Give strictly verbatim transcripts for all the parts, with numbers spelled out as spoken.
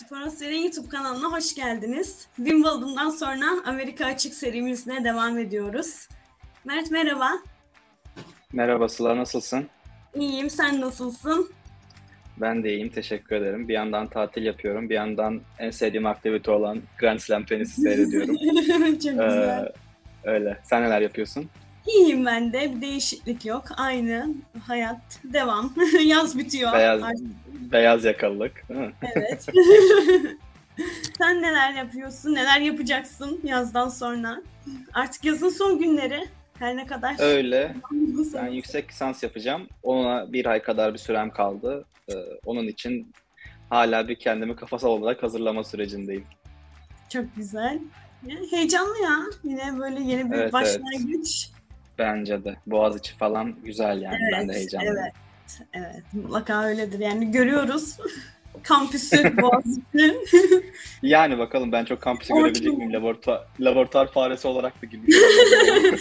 Sporosfer'in YouTube kanalına hoş geldiniz. Wimbledon'dan sonra Amerika Açık serimizle devam ediyoruz. Mert merhaba. Merhaba Sıla, nasılsın? İyiyim, sen nasılsın? Ben de iyiyim, teşekkür ederim. Bir yandan tatil yapıyorum, bir yandan en sevdiğim aktivite olan Grand Slam tenisi seyrediyorum. Çok Ee, güzel. Öyle. Sen neler yapıyorsun? İyiyim ben de, bir değişiklik yok. Aynı hayat, devam. Yaz bitiyor Beyaz artık. beyaz yakalılık, değil mi? Evet. Sen neler yapıyorsun, neler yapacaksın yazdan sonra? Artık yazın son günleri, her ne kadar. Öyle. Ben yüksek lisans yapacağım. Ona bir ay kadar bir sürem kaldı. Ee, onun için hala bir kendimi kafasal olarak hazırlama sürecindeyim. Çok güzel. Heyecanlı ya. Yine böyle yeni bir Evet, başlangıç. evet. Bence de. Boğaziçi falan güzel yani. Evet, Ben de heyecanlıyım. evet, evet. Mutlaka öyledir. Yani görüyoruz kampüsü Boğaziçi. Yani bakalım, ben çok kampüsü Ama görebilecek çok- miyim? Laboratuvar, laboratuvar faresi olarak da gidiyorum.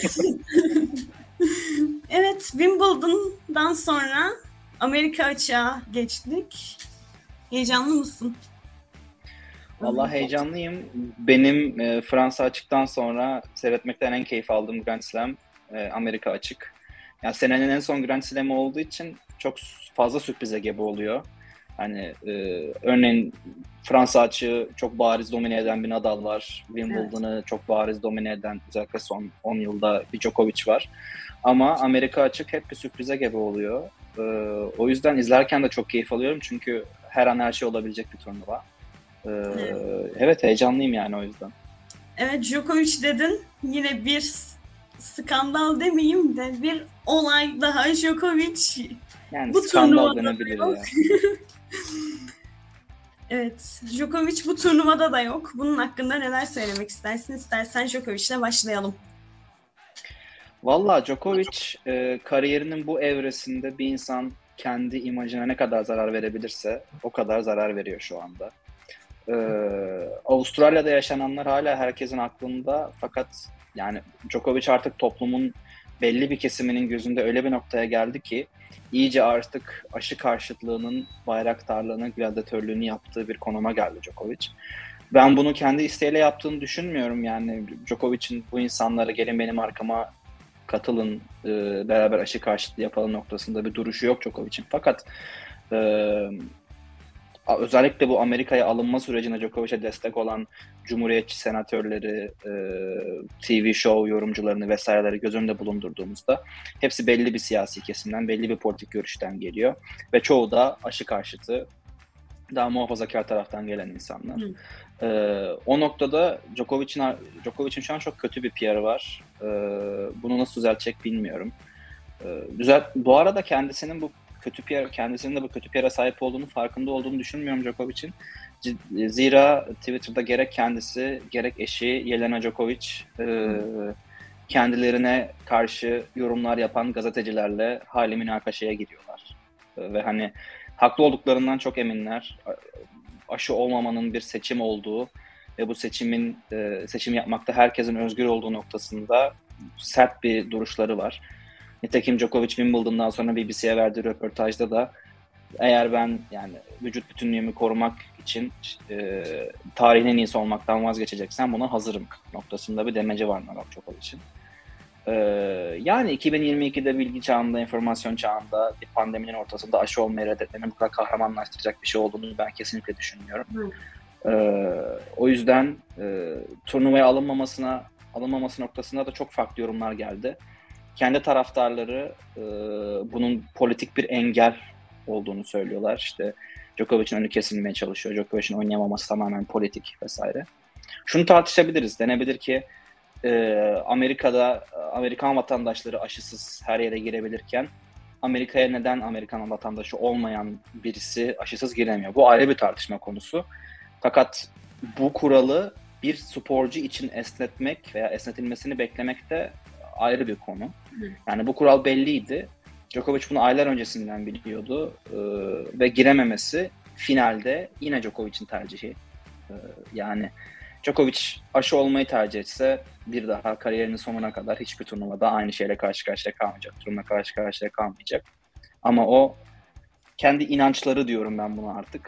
Evet, Wimbledon'dan sonra Amerika Açık'a geçtik. Heyecanlı mısın? Vallahi heyecanlıyım. Benim e, Fransa açıktan sonra seyretmekten en keyif aldığım Grand Slam e, Amerika açık. Yani senenin en son Grand Slam'ı olduğu için çok fazla sürprize gebe oluyor. Hani e, örneğin Fransa açığı çok bariz domine eden bir Nadal var. Wimbledon'ı çok bariz domine eden, özellikle son on yılda bir Djokovic var. Ama Amerika açık hep bir sürprize gebe oluyor. E, o yüzden izlerken de çok keyif alıyorum çünkü her an her şey olabilecek bir turnuva. Ee, Evet. evet, heyecanlıyım yani o yüzden. Evet, Djokovic dedin. Yine bir s- skandal demeyeyim de bir olay daha Djokovic Yani bu skandal turnuvada da denebilir yok. ya. Evet, Djokovic bu turnuvada da yok. Bunun hakkında neler söylemek istersin? İstersen Djokovic'le başlayalım. Vallahi Djokovic e, kariyerinin bu evresinde bir insan kendi imajına ne kadar zarar verebilirse o kadar zarar veriyor şu anda. Ee, Avustralya'da yaşananlar hala herkesin aklında, fakat yani Djokovic artık toplumun belli bir kesiminin gözünde öyle bir noktaya geldi ki iyice artık aşı karşıtlığının, bayraktarlığının, gladyatörlüğünü yaptığı bir konuma geldi Djokovic. Ben bunu kendi isteğiyle yaptığını düşünmüyorum. Yani Djokovic'in bu insanlara gelin benim arkama katılın, e, beraber aşı karşıtlığı yapalım noktasında bir duruşu yok Djokovic'in. Fakat e, özellikle bu Amerika'ya alınma sürecine Djokovic'e destek olan Cumhuriyetçi senatörleri, e, T V show yorumcularını vesaireleri göz önünde bulundurduğumuzda hepsi belli bir siyasi kesimden, belli bir politik görüşten geliyor ve çoğu da aşı karşıtı, daha muhafazakar taraftan gelen insanlar. Hı. Ee, o noktada Djokovic'in Djokovic'in şu an çok kötü bir P R'ı var. Ee, bunu nasıl düzeltecek bilmiyorum. Ee, düzelt bu arada kendisinin bu kötü P R, kendisinin de bu kötü P R'e sahip olduğunu farkında olduğunu düşünmüyorum Djokovic'in. Zira Twitter'da gerek kendisi gerek eşi Jelena Djokovic e, kendilerine karşı yorumlar yapan gazetecilerle hali münakaşaya giriyorlar. E, ve hani haklı olduklarından çok eminler. Aşı olmamanın bir seçim olduğu ve bu seçimin e, seçim yapmakta herkesin özgür olduğu noktasında sert bir duruşları var. Nitekim Djokovic Wimbledon'dan sonra B B C'ye verdiği röportajda da eğer ben yani vücut bütünlüğümü korumak için e, tarihin en iyisi olmaktan vazgeçeceksem buna hazırım noktasında bir demeci var Novak Djokovic'in. E, yani iki bin yirmi ikide bilgi çağında, informasyon çağında, bir pandeminin ortasında aşı olmayı reddetmenin bu kadar kahramanlaştıracak bir şey olduğunu ben kesinlikle düşünmüyorum. Hı. E, o yüzden e, turnuvaya alınmamasına alınmaması noktasında da çok farklı yorumlar geldi. Kendi taraftarları e, bunun politik bir engel olduğunu söylüyorlar. İşte Djokovic'in önü kesilmeye çalışıyor. Djokovic'in oynayamaması tamamen politik vesaire. Şunu tartışabiliriz. Denebilir ki e, Amerika'da Amerikan vatandaşları aşısız her yere girebilirken Amerika'ya neden Amerikan vatandaşı olmayan birisi aşısız giremiyor? Bu ayrı bir tartışma konusu. Fakat bu kuralı bir sporcu için esnetmek veya esnetilmesini beklemek de ayrı bir konu. Yani bu kural belliydi. Djokovic bunu aylar öncesinden biliyordu ee, ve girememesi finalde yine Djokovic'in tercihi. Ee, yani Djokovic aşı olmayı tercih etse bir daha kariyerinin sonuna kadar hiçbir turnuvada aynı şeyle karşı karşıya kalmayacak. Turnuva karşı karşıya kalmayacak. Ama o kendi inançları diyorum ben buna artık.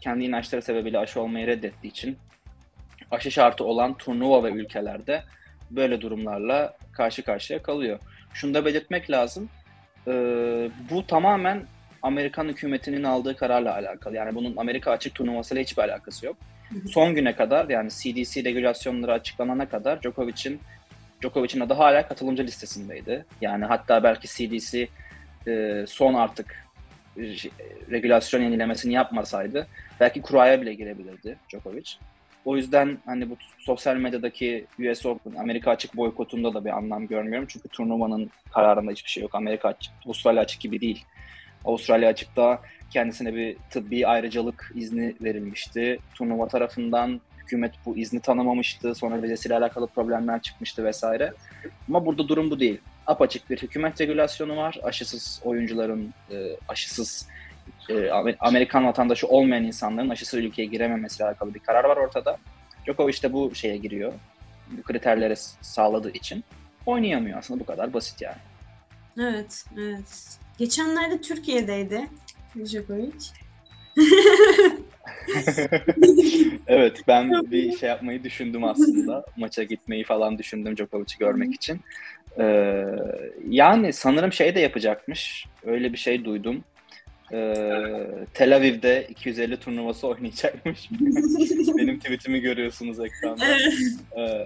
kendi inançları sebebiyle aşı olmayı reddettiği için aşı şartı olan turnuva ve ülkelerde böyle durumlarla karşı karşıya kalıyor. Şunu da belirtmek lazım. E, bu tamamen Amerikan hükümetinin aldığı kararla alakalı. Yani bunun Amerika açık turnuvasıyla hiçbir alakası yok. Son güne kadar, yani C D C regülasyonları açıklanana kadar Djokovic'in Djokovic'in adı hala katılımcı listesindeydi. Yani hatta belki C D C e, son artık e, regülasyon yenilemesini yapmasaydı belki kuraya bile girebilirdi Djokovic. O yüzden hani bu sosyal medyadaki U S Open, Amerika açık boykotunda da bir anlam görmüyorum. Çünkü turnuvanın kararında hiçbir şey yok. Amerika açık, Avustralya açık gibi değil. Avustralya açıkta kendisine bir tıbbi ayrıcalık izni verilmişti. Turnuva tarafından hükümet bu izni tanımamıştı. Sonra vizesiyle alakalı problemler çıkmıştı vesaire. Ama burada durum bu değil. Apaçık bir hükümet regülasyonu var. Aşısız oyuncuların, aşısız Amerikan vatandaşı olmayan insanların aşısız ülkeye girememesiyle alakalı bir karar var ortada. Djokovic de bu şeye giriyor. Bu kriterlere sağladığı için oynayamıyor aslında, bu kadar basit yani. Evet, evet. Geçenlerde Türkiye'deydi Djokovic. Evet, ben bir şey yapmayı düşündüm aslında. Maça gitmeyi falan düşündüm Djokovic'i görmek için. Ee, yani sanırım şey de yapacakmış. Öyle bir şey duydum. Ee, Tel Aviv'de iki yüz elli turnuvası oynayacakmış. Benim tweetimi görüyorsunuz ekranda. Ee,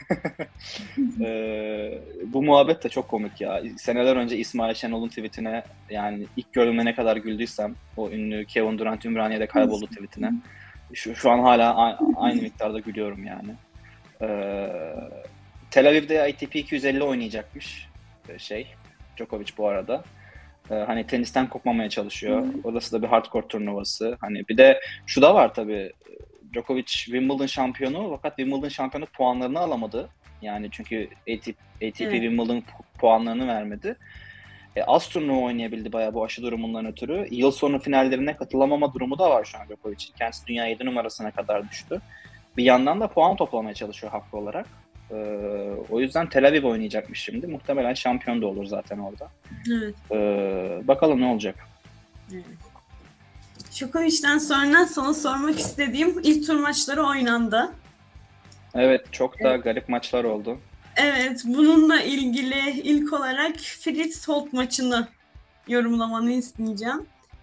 ee, bu muhabbet de çok komik ya. Seneler önce İsmail Şenol'un tweetine, yani ilk gördüğümde ne kadar güldüysem o ünlü Kevin Durant Ümraniye'de kayboldu tweetine. Şu, şu an hala a- aynı miktarda gülüyorum yani. Ee, Tel Aviv'de A T P iki yüz elli oynayacakmış şey Djokovic bu arada. Ee, hani tenisten kopmamaya çalışıyor. Hmm. Orası da bir hardcore turnuvası. Hani bir de şu da var tabii. Djokovic Wimbledon şampiyonu, fakat Wimbledon şampiyonu puanlarını alamadı. Yani çünkü A T P, A T P evet. Wimbledon puanlarını vermedi. E, az turnuva oynayabildi bayağı bu aşı durumundan ötürü. Yıl sonu finallerine katılamama durumu da var şu an Djokovic'in. Kendisi dünya yedi numarasına kadar düştü. Bir yandan da puan toplamaya çalışıyor haklı olarak. Ee, o yüzden Tel Aviv oynayacakmış şimdi. Muhtemelen şampiyon da olur zaten orada. Evet. Ee, bakalım ne olacak. Evet. Djokovic'den sonra sana sormak istediğim ilk tur maçları oynandı. Evet, çok da evet. garip maçlar oldu. Evet, bununla ilgili ilk olarak Fritz Holt maçını yorumlamanı isteyeceğim.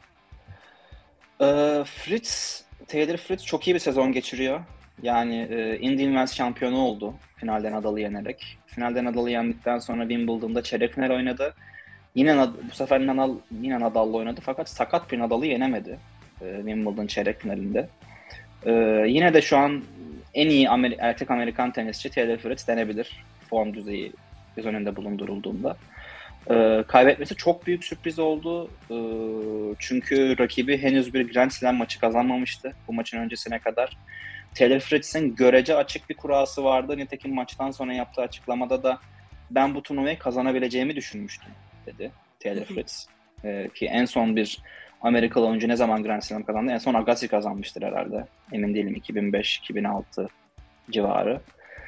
Ee, Fritz, Taylor Fritz çok iyi bir sezon geçiriyor. Yani e, Indian Wells şampiyonu oldu finalde Nadal'ı yenerek. Finalde Nadal'ı yendikten sonra Wimbledon'da çeyrek final oynadı. Yine bu sefer Nadal yine Nadal'la oynadı, fakat sakat bir Nadal'ı yenemedi e, Wimbledon çeyrek finalinde. E, yine de şu an en iyi Amer- erkek Amerikan tenisçi Taylor Fritz denebilir form düzeyi göz önünde bulundurulduğunda. E, kaybetmesi çok büyük sürpriz oldu. E, çünkü rakibi henüz bir Grand Slam maçı kazanmamıştı bu maçın öncesine kadar. Taylor Fritz'in görece açık bir kurası vardı. Nitekim maçtan sonra yaptığı açıklamada da ben bu turnuvayı kazanabileceğimi düşünmüştüm dedi Taylor Fritz. Ee, ki en son bir Amerikalı oyuncu ne zaman Grand Slam kazandı? En son Agassi kazanmıştır herhalde. Emin değilim, iki bin beş iki bin altı civarı.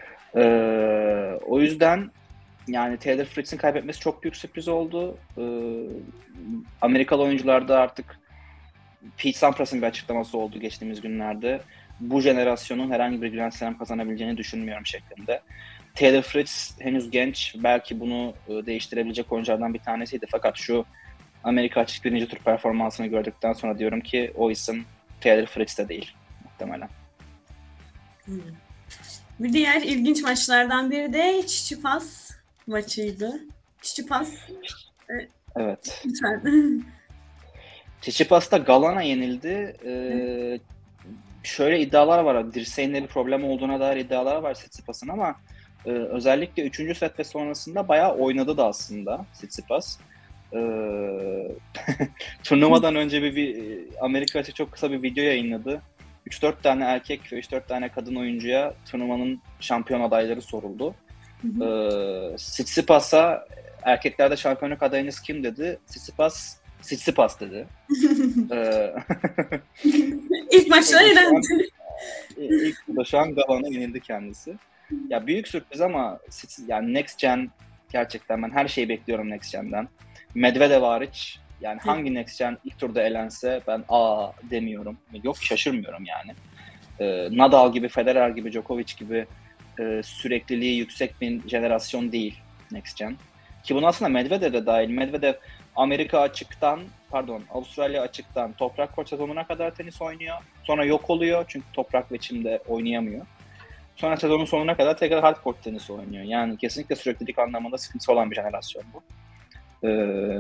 Ee, o yüzden yani Taylor Fritz'in kaybetmesi çok büyük sürpriz oldu. Ee, Amerikalı oyuncularda artık Pete Sampras'ın bir açıklaması oldu geçtiğimiz günlerde. Bu jenerasyonun herhangi bir Grand Slam kazanabileceğini düşünmüyorum şeklinde. Taylor Fritz henüz genç, belki bunu değiştirebilecek oyunculardan bir tanesiydi. Fakat şu Amerika açık birinci tur performansını gördükten sonra diyorum ki o isim Taylor Fritz de değil muhtemelen. Hmm. Bir diğer ilginç maçlardan biri de Tsitsipas maçıydı. Tsitsipas. Evet. Tsitsipas'ta Galan'a yenildi. Ee, şöyle iddialar var. Dirseğinde bir problem olduğuna dair iddialar var Tsitsipas'ın ama e, özellikle üçüncü set ve sonrasında bayağı oynadı da aslında Tsitsipas. Ee, turnuvadan önce bir, bir Amerika açık çok kısa bir video yayınladı. üç dört tane erkek ve üç dört tane kadın oyuncuya turnuvanın şampiyon adayları soruldu. Ee, Tsitsipas'a erkeklerde şampiyonluk adayınız kim dedi. Tsitsipas Tsitsipas dedi. ee, İlk maçta eğlendi. İlk da şu an Galan'a yenildi kendisi. Ya büyük sürpriz ama yani Next Gen gerçekten ben her şeyi bekliyorum Next Gen'den. Medvedev hariç Yani hangi Next Gen ilk turda elense ben aa demiyorum. Yok, şaşırmıyorum yani. Ee, Nadal gibi, Federer gibi, Djokovic gibi e, sürekliliği yüksek bir jenerasyon değil Next Gen. Ki bunu aslında Medvedev de dahil. Medvedev Amerika açıktan, pardon Avustralya açıktan toprak kort sezonuna kadar tenis oynuyor. Sonra yok oluyor çünkü toprak ve çimde oynayamıyor. Sonra sezonun sonuna kadar tekrar hard court tenisi oynuyor. Yani kesinlikle süreklilik anlamında sıkıntısı olan bir jenerasyon bu. Ee,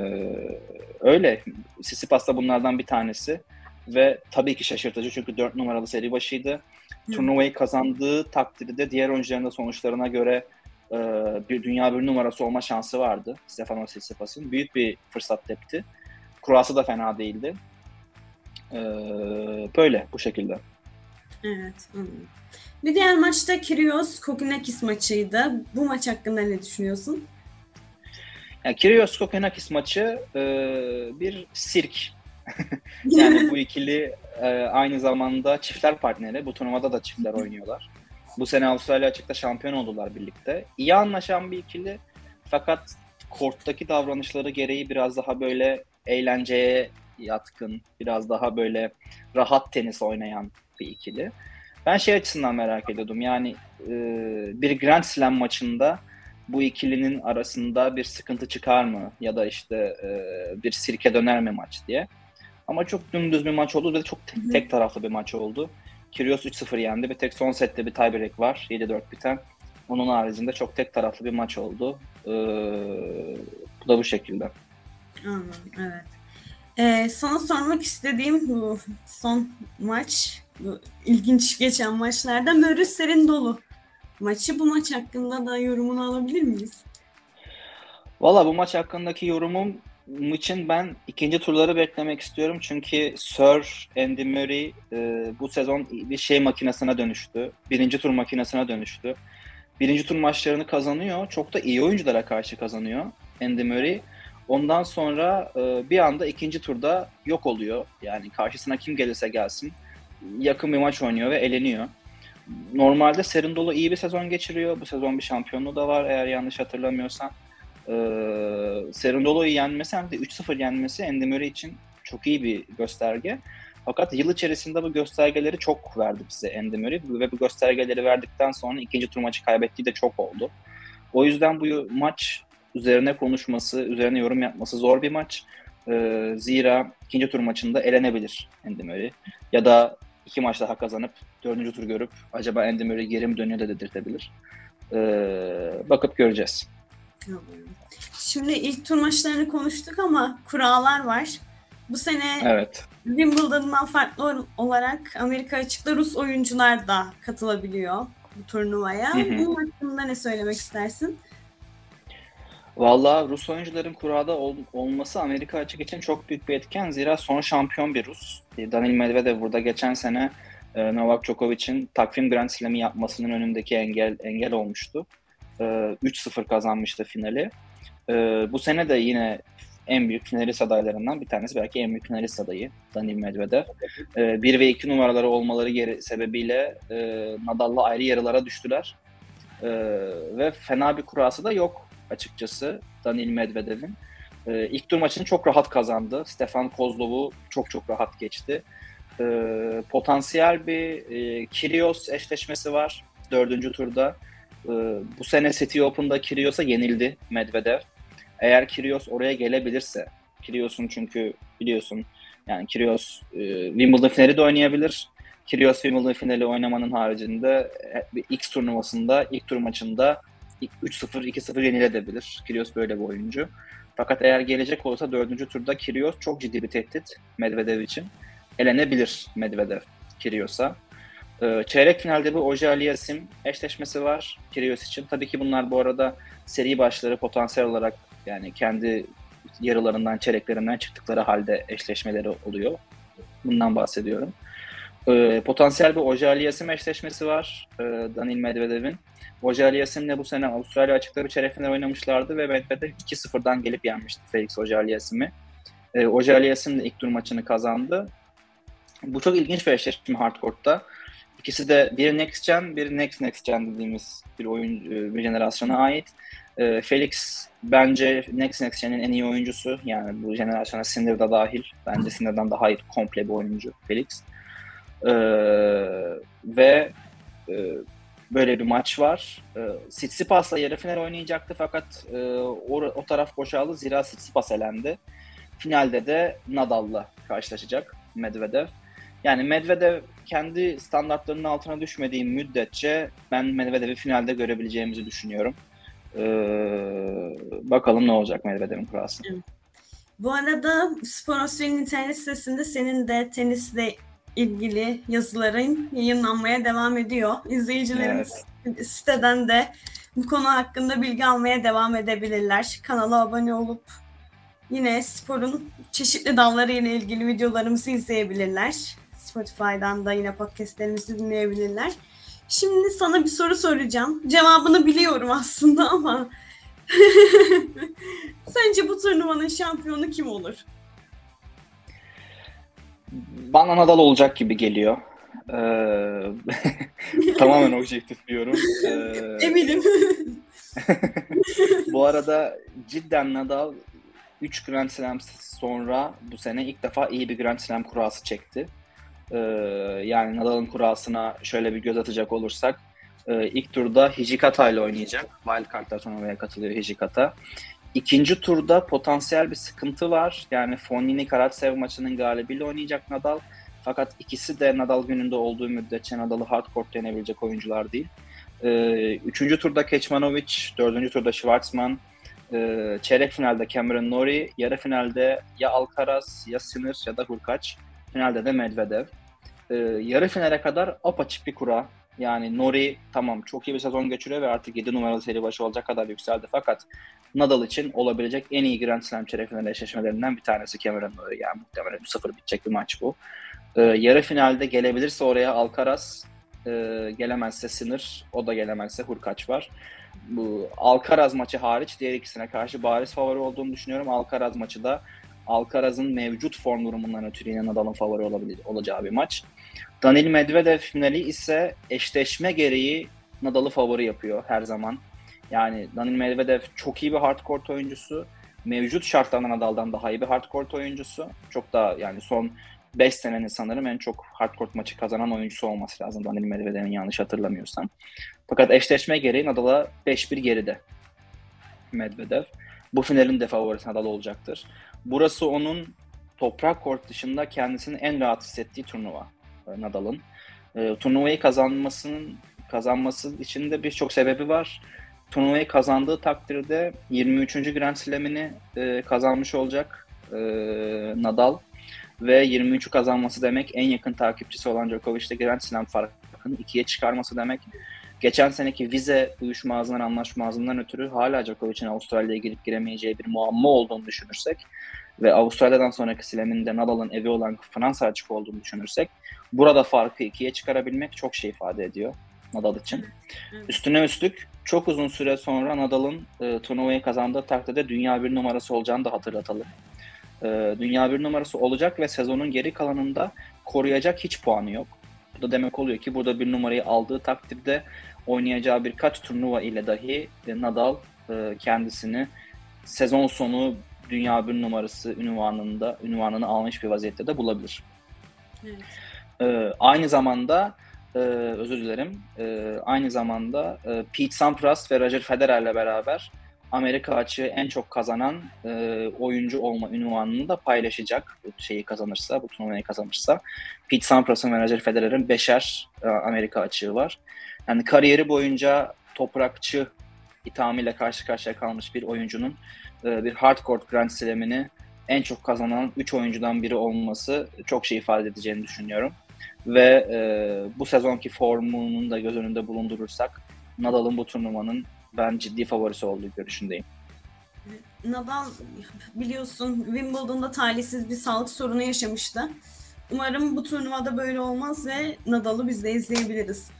öyle. Tsitsipas da bunlardan bir tanesi. Ve tabii ki şaşırtıcı çünkü dört numaralı seri başıydı. Hı. Turnuvayı kazandığı takdirde diğer oyuncuların da sonuçlarına göre e, bir dünya bir numarası olma şansı vardı Stefanos Tsitsipas'ın. Büyük bir fırsat tepti. Kurası da fena değildi. Ee, böyle bu şekilde. Evet. Hı. Bir diğer maçta Kyrgios Kokkinakis maçıydı. Bu maç hakkında ne düşünüyorsun? Yani Kyrgios Kokkinakis maçı e, bir sirk. Yani bu ikili e, aynı zamanda çiftler partneri. Bu turnuvada da çiftler oynuyorlar. Bu sene Avustralya Açık'ta şampiyon oldular birlikte. İyi anlaşan bir ikili. Fakat korttaki davranışları gereği biraz daha böyle eğlenceye yatkın, biraz daha böyle rahat tenis oynayan bir ikili. Ben şey açısından merak ediyordum. Yani e, bir Grand Slam maçında bu ikilinin arasında bir sıkıntı çıkar mı? Ya da işte e, bir sirke döner mi maç diye. Ama çok dümdüz bir maç oldu ve çok tek, tek taraflı bir maç oldu. Kyrgios üç sıfır yendi. Bir tek son sette bir tiebreak var. yedi dört biten. Onun haricinde çok tek taraflı bir maç oldu. Ee, bu da bu şekilde. Anladım, evet. Ee, sana sormak istediğim bu son maç, bu ilginç geçen maçlardan Mörüs Serindolu maçı. Bu maç hakkında da yorumunu alabilir miyiz? Valla bu maç hakkındaki yorumum için ben ikinci turları beklemek istiyorum. Çünkü Sir Andy Murray e, bu sezon bir şey makinesine dönüştü. Birinci tur makinesine dönüştü. Birinci tur maçlarını kazanıyor. Çok da iyi oyunculara karşı kazanıyor Andy Murray. Ondan sonra e, bir anda ikinci turda yok oluyor. Yani karşısına kim gelirse gelsin yakın bir maç oynuyor ve eleniyor. Normalde Serindolo iyi bir sezon geçiriyor. Bu sezon bir şampiyonluğu da var eğer yanlış hatırlamıyorsam. Ee, Serindolo'yu yenmesi hem de üç sıfır yenmesi Andy Murray için çok iyi bir gösterge. Fakat yıl içerisinde bu göstergeleri çok verdi bize Andy Murray ve bu göstergeleri verdikten sonra ikinci tur maçı kaybettiği de çok oldu. O yüzden bu maç üzerine konuşması, üzerine yorum yapması zor bir maç. Ee, zira ikinci tur maçında elenebilir Andy Murray. Ya da iki maç daha kazanıp dördüncü tur görüp acaba Andy Murray geri mi dönüyor da dedirtebilir. Ee, bakıp göreceğiz. Şimdi ilk tur maçlarını konuştuk ama kurallar var. Bu sene evet. Wimbledon'dan farklı olarak Amerika Açık'ta Rus oyuncular da katılabiliyor bu turnuvaya. Hı hı. Bunun hakkında ne söylemek istersin? Vallahi Rus oyuncuların kurada ol, olması Amerika Açık için çok büyük bir etken. Zira son şampiyon bir Rus. Daniil Medvedev burada geçen sene e, Novak Djokovic'in takvim Grand Slam'i yapmasının önündeki engel engel olmuştu. E, üç sıfır kazanmıştı finali. E, bu sene de yine en büyük finalist adaylarından bir tanesi, belki en büyük finalist adayı Daniil Medvedev. E, bir ve iki numaraları olmaları geri, sebebiyle e, Nadal'la ayrı yarılara düştüler. E, ve fena bir kurası da yok açıkçası Daniil Medvedev'in. Ee, ilk tur maçını çok rahat kazandı. Stefan Kozlov'u çok çok rahat geçti. Ee, potansiyel bir e, Kyrgios eşleşmesi var dördüncü turda. Ee, bu sene City Open'da Kyrgios'a yenildi Medvedev. Eğer Kyrgios oraya gelebilirse, Kyrgios'un çünkü biliyorsun yani Kyrgios e, Wimbledon finali de oynayabilir. Kyrgios Wimbledon finali oynamanın haricinde bir X turnuvasında, ilk tur maçında üç sıfır, iki sıfır yenilebilir. Kyrgios böyle bir oyuncu. Fakat eğer gelecek olursa dördüncü turda Kyrgios çok ciddi bir tehdit Medvedev için. Elenebilir Medvedev Kyrgios'a. Ee, çeyrek finalde bir Auger-Aliassime eşleşmesi var Kyrgios için. Tabii ki bunlar bu arada seri başları potansiyel olarak yani kendi yarılarından, çeyreklerinden çıktıkları halde eşleşmeleri oluyor. Bundan bahsediyorum. Ee, potansiyel bir Auger-Aliassime eşleşmesi var e, Daniil Medvedev'in. Auger-Aliassim'le bu sene Avustralya Açıkları çeyrek final oynamışlardı ve Medvedev iki sıfırdan gelip yenmişti Felix Auger-Aliassim'i. E, Auger-Aliassim de ilk tur maçını kazandı. Bu çok ilginç bir eşleşme hardcourt'ta. İkisi de bir next gen, bir next next gen dediğimiz bir oyun, bir jenerasyona ait. E, Felix bence Next Next Gen'in en iyi oyuncusu. Yani bu jenerasyona Sinner da dahil. Bence Sinner'dan daha iyi komple bir oyuncu Felix. E, ve e, böyle bir maç var. E, Tsitsipas'la yarı final oynayacaktı fakat e, o, o taraf boşaldı. Zira Tsitsipas elendi. Finalde de Nadal'la karşılaşacak Medvedev. Yani Medvedev kendi standartlarının altına düşmediği müddetçe ben Medvedev'i finalde görebileceğimizi düşünüyorum. Ee, bakalım ne olacak Medvedev'in kurası. Bu arada Sporosfer'in internet sitesinde senin de tenisle ilgili yazıların yayınlanmaya devam ediyor. İzleyicilerimiz evet. Siteden de bu konu hakkında bilgi almaya devam edebilirler. Kanala abone olup yine sporun çeşitli dalları ile ilgili videolarımızı izleyebilirler. Spotify'dan da yine podcastlerimizi dinleyebilirler. Şimdi sana bir soru soracağım. Cevabını biliyorum aslında ama sence bu turnuvanın şampiyonu kim olur? Bana Nadal olacak gibi geliyor. Ee, tamamen objektif diyorum. Ee, Eminim. Bu arada cidden Nadal üç Grand Slam sonra bu sene ilk defa iyi bir Grand Slam kurası çekti. Ee, yani Nadal'ın kurasına şöyle bir göz atacak olursak e, ilk turda Hijikata ile oynayacak. Wildcard'da turnuvaya katılıyor Hijikata. İkinci turda potansiyel bir sıkıntı var. Yani Fognini Karatsev maçının galibiyle oynayacak Nadal. Fakat ikisi de Nadal gününde olduğu müddetçe Nadal'ı hardcourt'ta yenebilecek oyuncular değil. Ee, üçüncü turda Kecmanovic, dördüncü turda Schwartzman, ee, çeyrek finalde Cameron Norrie, yarı finalde ya Alcaraz, ya Sinner ya da Hurkacz, finalde de Medvedev. Ee, yarı finale kadar apaçık bir kura. Yani Norrie tamam çok iyi bir sezon geçiriyor ve artık yedi numaralı seri başı olacak kadar yükseldi. Fakat Nadal için olabilecek en iyi Grand Slam çeyrek final eşleşmelerinden bir tanesi Cameron Norrie. Yani muhtemelen üç sıfır bitecek bir maç bu. Ee, yarı finalde gelebilirse oraya Alcaraz, e, gelemezse Sinner, o da gelemezse Hurkacz var. Bu Alcaraz maçı hariç diğer ikisine karşı bariz favori olduğunu düşünüyorum. Alcaraz maçı da Alcaraz'ın mevcut form durumundan ötürü yine Nadal'ın favori olabilir, olacağı bir maç. Daniil Medvedev finali ise eşleşme gereği Nadal'ı favori yapıyor her zaman. Yani Daniil Medvedev çok iyi bir hardcourt oyuncusu. Mevcut şartlarda Nadal'dan daha iyi bir hardcourt oyuncusu. Çok daha yani son beş senenin sanırım en çok hardcourt maçı kazanan oyuncusu olması lazım Daniil Medvedev'in yanlış hatırlamıyorsam. Fakat eşleşme gereği Nadal'a beş bir geride Medvedev. Bu finalin de favorisi Nadal olacaktır. Burası onun toprak kort dışında kendisini en rahat hissettiği turnuva Nadal'ın. E, turnuvayı kazanmasının kazanması için de birçok sebebi var. Turnuvayı kazandığı takdirde yirmi üçüncü Grand Slam'ini e, kazanmış olacak e, Nadal ve yirmi üçü kazanması demek en yakın takipçisi olan Djokovic'te Grand Slam farkını ikiye çıkarması demek. Geçen seneki vize uyuşmazlığından, anlaşmazlığından ötürü hala Djokovic'in Avustralya'ya girip giremeyeceği bir muamma olduğunu düşünürsek ve Avustralya'dan sonraki Slam'in de Nadal'ın evi olan Fransa açık olduğunu düşünürsek burada farkı ikiye çıkarabilmek çok şey ifade ediyor Nadal için. Üstüne üstlük çok uzun süre sonra Nadal'ın e, turnuvayı kazandığı takdirde dünya bir numarası olacağını da hatırlatalım. E, dünya bir numarası olacak ve sezonun geri kalanında koruyacak hiç puanı yok. Bu da demek oluyor ki burada bir numarayı aldığı takdirde oynayacağı birkaç turnuva ile dahi Nadal e, kendisini sezon sonu dünya bir numarası ünvanında ünvanını almış bir vaziyette de bulabilir. Evet. E, aynı zamanda e, özür dilerim. E, aynı zamanda e, Pete Sampras ve Roger Federer'le beraber Amerika açığı en çok kazanan e, oyuncu olma ünvanını da paylaşacak. Bu şeyi kazanırsa, bu turnuvayı kazanırsa. Pete Sampras'ın ve Roger Federer'in beşer e, Amerika açığı var. Yani kariyeri boyunca toprakçı ithamıyla karşı karşıya kalmış bir oyuncunun e, bir hardcourt Grand Slam'ini en çok kazanan üç oyuncudan biri olması çok şey ifade edeceğini düşünüyorum. Ve e, bu sezonki formunun da göz önünde bulundurursak Nadal'ın bu turnuvanın ben ciddi favorisi olduğu görüşündeyim. Nadal biliyorsun Wimbledon'da talihsiz bir sağlık sorunu yaşamıştı. Umarım bu turnuvada böyle olmaz ve Nadal'ı biz de izleyebiliriz.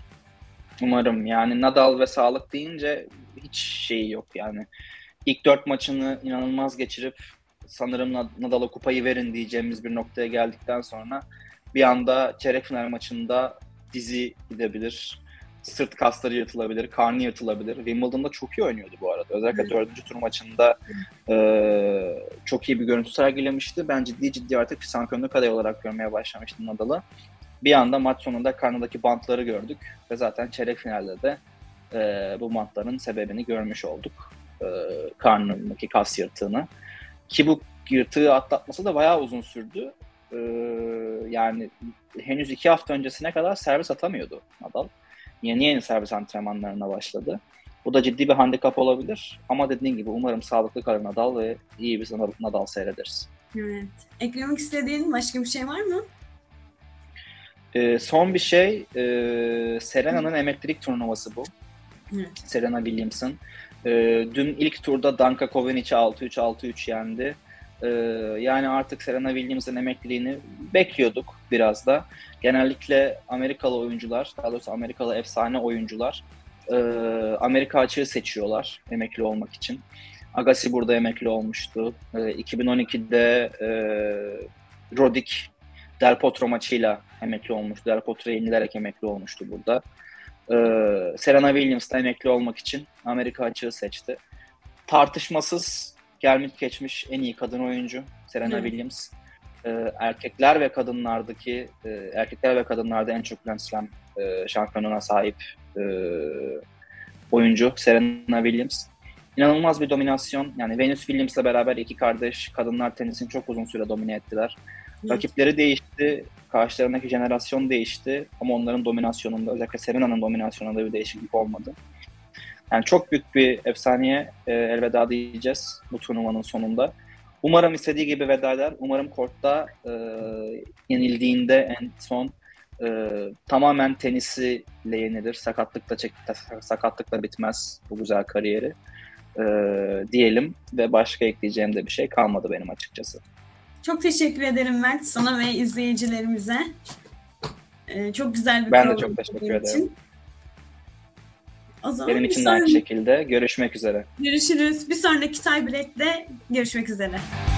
Umarım. Yani Nadal ve sağlık deyince hiç şeyi yok yani. İlk dört maçını inanılmaz geçirip sanırım Nadal'a kupayı verin diyeceğimiz bir noktaya geldikten sonra bir anda çeyrek final maçında dizi gidebilir. sırt kasları yırtılabilir, karnı yırtılabilir. Wimbledon'da çok iyi oynuyordu bu arada. Özellikle Evet. dördüncü tur maçında e, çok iyi bir görüntü sergilemişti. Ben ciddi ciddi artık şampiyonluk adayı olarak görmeye başlamıştım Nadal'ı. Bir anda maç sonunda karnındaki bantları gördük ve zaten çeyrek finalde de e, bu bantların sebebini görmüş olduk. E, karnındaki kas yırtığını. Ki bu yırtığı atlatması da bayağı uzun sürdü. E, yani henüz iki hafta öncesine kadar servis atamıyordu Nadal. Yeni yeni servis antrenmanlarına başladı. Bu da ciddi bir handikap olabilir. Ama dediğin gibi umarım sağlıklı kalır Nadal ve iyi bir Nadal seyrederiz. Evet. Eklemek istediğin başka bir şey var mı? Ee, son bir şey, e, Serena'nın emeklilik turnuvası bu. Evet. Serena Williams'ın. E, dün ilk turda Danka Kovenic'i altı üç altı üç yendi. E, yani artık Serena Williams'ın emekliliğini bekliyorduk biraz da. Genellikle Amerikalı oyuncular, daha doğrusu Amerikalı efsane oyuncular e, Amerika açığı seçiyorlar emekli olmak için. Agassi burada emekli olmuştu. E, iki bin on ikide e, Roddick Del Potro maçıyla emekli olmuştu. Del Potro'ya yenilerek emekli olmuştu burada. Ee, Serena Williams da emekli olmak için Amerika açığı seçti. Tartışmasız gelmiş geçmiş en iyi kadın oyuncu Serena Evet. Williams. Ee, erkekler ve kadınlardaki e, erkekler ve kadınlarda en çok Grand Slam e, şampiyonluğuna sahip e, oyuncu Serena Williams. İnanılmaz bir dominasyon. Yani Venus Williams'la beraber iki kardeş kadınlar tenisini çok uzun süre domine ettiler. Evet. Rakipleri değişti, karşılarındaki jenerasyon değişti ama onların dominasyonunda, özellikle Serena'nın dominasyonunda bir değişiklik olmadı. Yani çok büyük bir efsaneye e, elveda diyeceğiz bu turnuvanın sonunda. Umarım istediği gibi veda eder. Umarım kortta e, yenildiğinde en son e, tamamen tenisiyle yenilir. Sakatlıkla, çek, sakatlıkla bitmez bu güzel kariyeri e, diyelim ve başka ekleyeceğim de bir şey kalmadı benim açıkçası. Çok teşekkür ederim Mert, sana ve izleyicilerimize. Ee, çok güzel bir Ben de program çok teşekkür benim ederim. için. O zaman Benim bir için de aynı sonraki- şekilde. Görüşmek üzere. Görüşürüz. Bir sonraki Tiebreak'te görüşmek üzere.